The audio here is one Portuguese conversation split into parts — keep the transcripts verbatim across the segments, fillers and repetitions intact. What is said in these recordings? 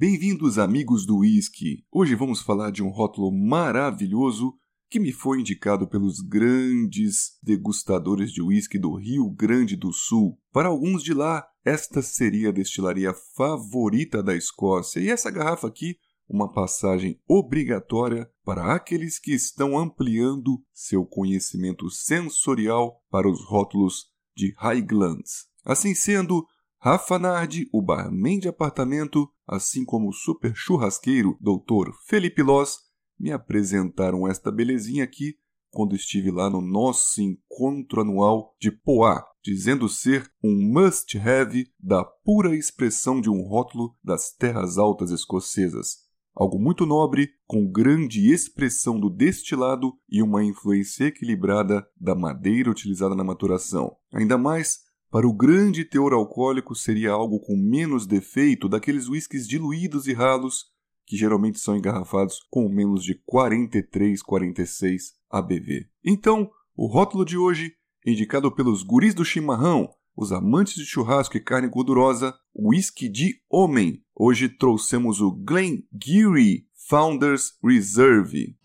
Bem-vindos, amigos do whisky! Hoje vamos falar de um rótulo maravilhoso que me foi indicado pelos grandes degustadores de whisky do Rio Grande do Sul. Para alguns de lá, esta seria a destilaria favorita da Escócia, e essa garrafa aqui, uma passagem obrigatória para aqueles que estão ampliando seu conhecimento sensorial para os rótulos de Highlands. Assim sendo, Rafa Nardi, o barman de apartamento, assim como o super churrasqueiro doutor Felipe Loss, me apresentaram esta belezinha aqui quando estive lá no nosso encontro anual de Poá, dizendo ser um must-have da pura expressão de um rótulo das terras altas escocesas. Algo muito nobre, com grande expressão do destilado e uma influência equilibrada da madeira utilizada na maturação. Ainda mais, para o grande teor alcoólico seria algo com menos defeito daqueles whiskies diluídos e ralos, que geralmente são engarrafados com menos de quarenta e três, quarenta e seis A B V. Então, o rótulo de hoje, indicado pelos guris do chimarrão, os amantes de churrasco e carne gordurosa, whisky de homem. Hoje trouxemos o Glengarry Founders Reserve.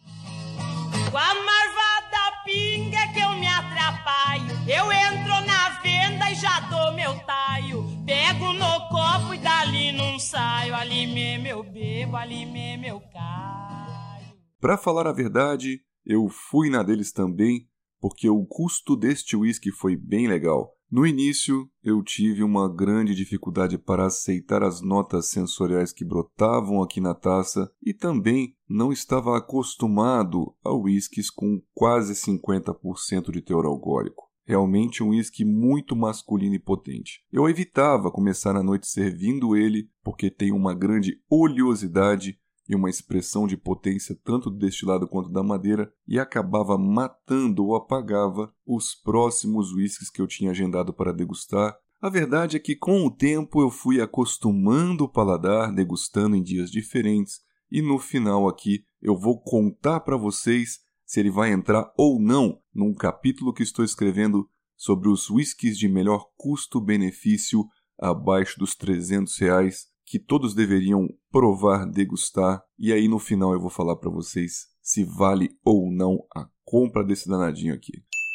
Com a marvada pinga que eu me atrapalho, eu entro na venda e já dou meu taio. Pego no copo e dali não saio, ali mesmo eu bebo, ali mesmo eu caio. Para falar a verdade, eu fui na deles também, porque o custo deste whisky foi bem legal. No início, eu tive uma grande dificuldade para aceitar as notas sensoriais que brotavam aqui na taça e também não estava acostumado a whiskies com quase cinquenta por cento de teor alcoólico. Realmente um whisky muito masculino e potente. Eu evitava começar a noite servindo ele porque tem uma grande oleosidade e uma expressão de potência tanto do destilado quanto da madeira e acabava matando ou apagava os próximos whiskies que eu tinha agendado para degustar. A verdade é que com o tempo eu fui acostumando o paladar, degustando em dias diferentes, e no final aqui eu vou contar para vocês se ele vai entrar ou não num capítulo que estou escrevendo sobre os whiskies de melhor custo-benefício abaixo dos trezentos reais, que todos deveriam provar, degustar, e aí no final eu vou falar para vocês se vale ou não a compra desse danadinho aqui.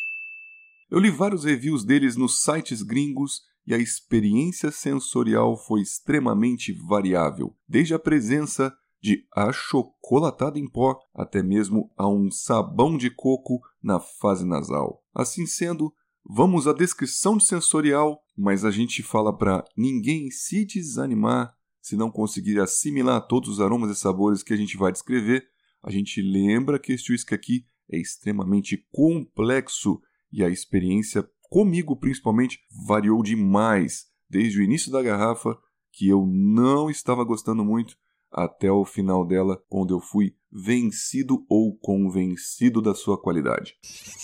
Eu li vários reviews deles nos sites gringos e a experiência sensorial foi extremamente variável, desde a presença de achocolatado em pó até mesmo a um sabão de coco na fase nasal. Assim sendo, vamos à descrição de sensorial, mas a gente fala para ninguém se desanimar. Se não conseguir assimilar todos os aromas e sabores que a gente vai descrever, a gente lembra que este whisky aqui é extremamente complexo e a experiência, comigo principalmente, variou demais, desde o início da garrafa, que eu não estava gostando muito, até o final dela, quando eu fui vencido ou convencido da sua qualidade.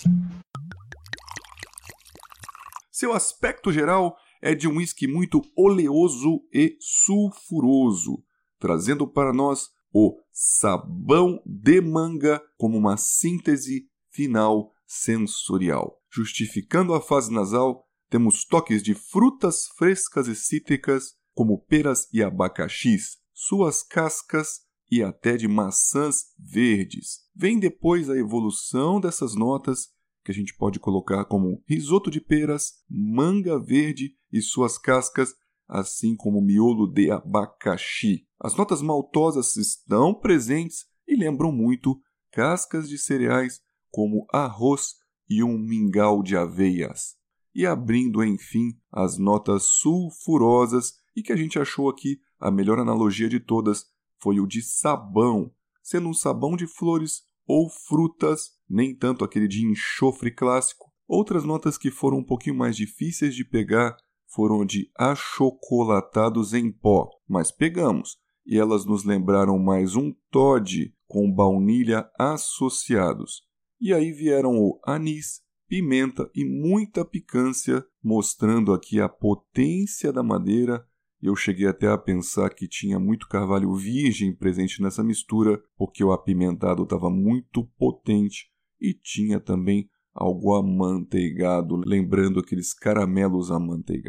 Seu aspecto geral é de um whisky muito oleoso e sulfuroso, trazendo para nós o sabão de manga como uma síntese final sensorial. Justificando a fase nasal, temos toques de frutas frescas e cítricas, como peras e abacaxis, suas cascas e até de maçãs verdes. Vem depois a evolução dessas notas, que a gente pode colocar como risoto de peras, manga verde e suas cascas, assim como miolo de abacaxi. As notas maltosas estão presentes e lembram muito cascas de cereais como arroz e um mingau de aveias. E abrindo, enfim, as notas sulfurosas, e que a gente achou aqui a melhor analogia de todas foi o de sabão, sendo um sabão de flores ou frutas, nem tanto aquele de enxofre clássico. Outras notas que foram um pouquinho mais difíceis de pegar foram de achocolatados em pó, mas pegamos, e elas nos lembraram mais um Todd com baunilha associados. E aí vieram o anis, pimenta e muita picância, mostrando aqui a potência da madeira. Eu cheguei até a pensar que tinha muito carvalho virgem presente nessa mistura, porque o apimentado estava muito potente e tinha também algo amanteigado, lembrando aqueles caramelos amanteigados.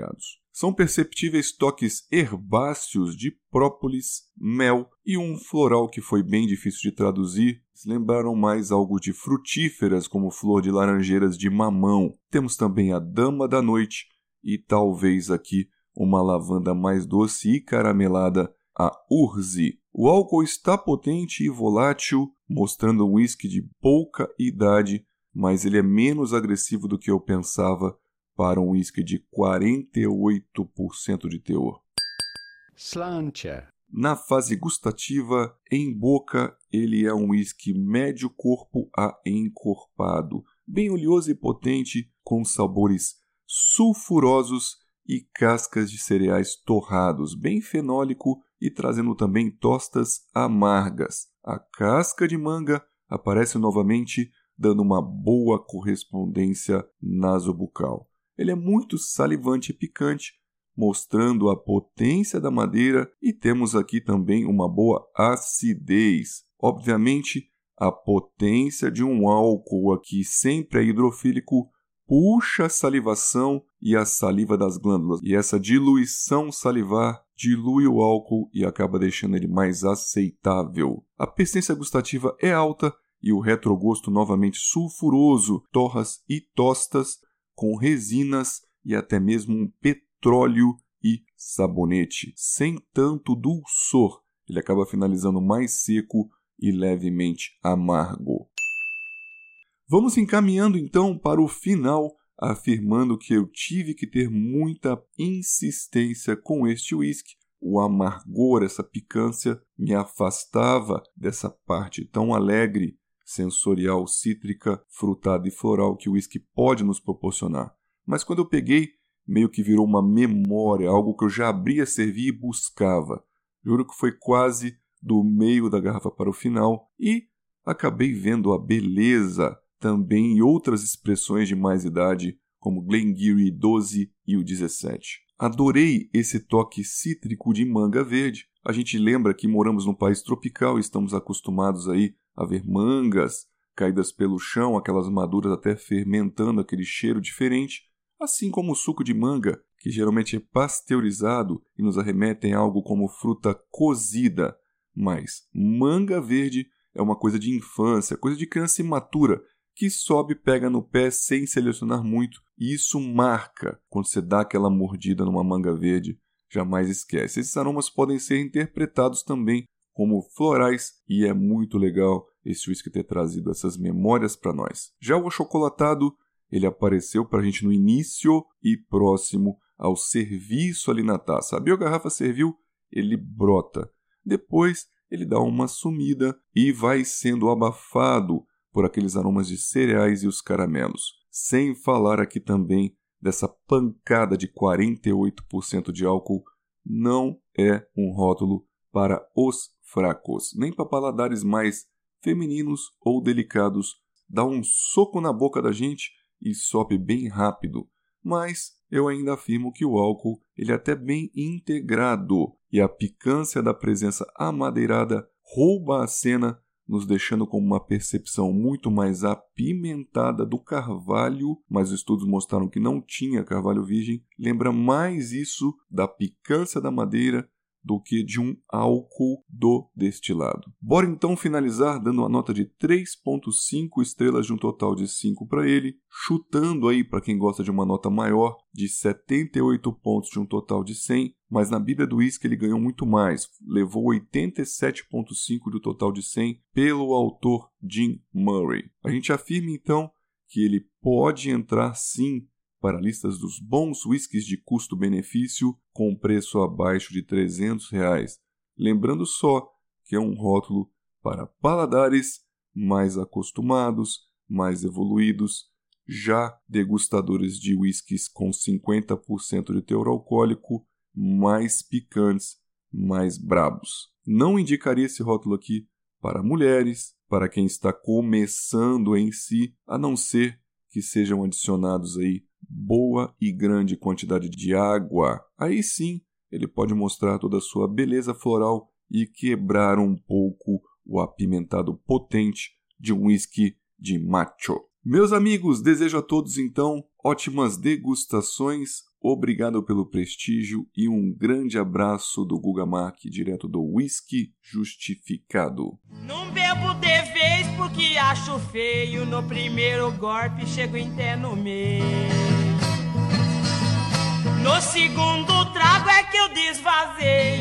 São perceptíveis toques herbáceos de própolis, mel e um floral que foi bem difícil de traduzir. Lembraram mais algo de frutíferas, como flor de laranjeiras de mamão. Temos também a dama da noite e talvez aqui uma lavanda mais doce e caramelada, a urze. O álcool está potente e volátil, mostrando um whisky de pouca idade, mas ele é menos agressivo do que eu pensava para um whisky de quarenta e oito por cento de teor. Sláinte. Na fase gustativa, em boca, ele é um whisky médio corpo a encorpado, bem oleoso e potente, com sabores sulfurosos e cascas de cereais torrados, bem fenólico e trazendo também tostas amargas. A casca de manga aparece novamente, dando uma boa correspondência nasobucal. Ele é muito salivante e picante, mostrando a potência da madeira, e temos aqui também uma boa acidez. Obviamente, a potência de um álcool aqui sempre é hidrofílico, puxa a salivação e a saliva das glândulas, e essa diluição salivar dilui o álcool e acaba deixando ele mais aceitável. A persistência gustativa é alta e o retrogosto novamente sulfuroso, torras e tostas com resinas e até mesmo um petróleo e sabonete, sem tanto dulçor. Ele acaba finalizando mais seco e levemente amargo. Vamos encaminhando então para o final, afirmando que eu tive que ter muita insistência com este whisky. O amargor, essa picância, me afastava dessa parte tão alegre, sensorial, cítrica, frutada e floral que o whisky pode nos proporcionar. Mas quando eu peguei, meio que virou uma memória, algo que eu já abria, servia e buscava. Juro que foi quase do meio da garrafa para o final e acabei vendo a beleza também em outras expressões de mais idade, como Glengarry doze e o dezessete. Adorei esse toque cítrico de manga verde. A gente lembra que moramos num país tropical e estamos acostumados aí a ver mangas caídas pelo chão, aquelas maduras até fermentando aquele cheiro diferente, assim como o suco de manga, que geralmente é pasteurizado e nos arremete a algo como fruta cozida. Mas manga verde é uma coisa de infância, coisa de criança imatura, que sobe e pega no pé sem selecionar muito, e isso marca quando você dá aquela mordida numa manga verde, jamais esquece. Esses aromas podem ser interpretados também como florais, e é muito legal esse whisky ter trazido essas memórias para nós. Já o achocolatado, ele apareceu para a gente no início e próximo ao serviço ali na taça. Abriu a garrafa, serviu, ele brota. Depois ele dá uma sumida e vai sendo abafado por aqueles aromas de cereais e os caramelos. Sem falar aqui também dessa pancada de quarenta e oito por cento de álcool. Não é um rótulo para os fracos, nem para paladares mais femininos ou delicados. Dá um soco na boca da gente e sobe bem rápido. Mas eu ainda afirmo que o álcool ele é até bem integrado e a picância da presença amadeirada rouba a cena, nos deixando com uma percepção muito mais apimentada do carvalho, mas os estudos mostraram que não tinha carvalho virgem. Lembra mais isso da picância da madeira do que de um álcool do destilado. Bora então finalizar dando uma nota de três vírgula cinco estrelas de um total de cinco para ele, chutando aí para quem gosta de uma nota maior de setenta e oito pontos de um total de cem, mas na Bíblia do Whisky ele ganhou muito mais, levou oitenta e sete vírgula cinco do total de cem pelo autor Jim Murray. A gente afirma então que ele pode entrar sim para listas dos bons whiskies de custo-benefício com preço abaixo de trezentos reais. Lembrando só que é um rótulo para paladares mais acostumados, mais evoluídos, já degustadores de whiskies com cinquenta por cento de teor alcoólico, mais picantes, mais brabos. Não indicaria esse rótulo aqui para mulheres, para quem está começando em si, a não ser que sejam adicionados aí boa e grande quantidade de água. Aí sim, ele pode mostrar toda a sua beleza floral e quebrar um pouco o apimentado potente de um whisky de macho. Meus amigos, desejo a todos então ótimas degustações, Obrigado pelo prestígio e um grande abraço do Guga Mark, direto do Whisky Justificado. Não bebo de vez porque acho feio, no primeiro golpe chego até no meio. No segundo trago é que eu desvazeio.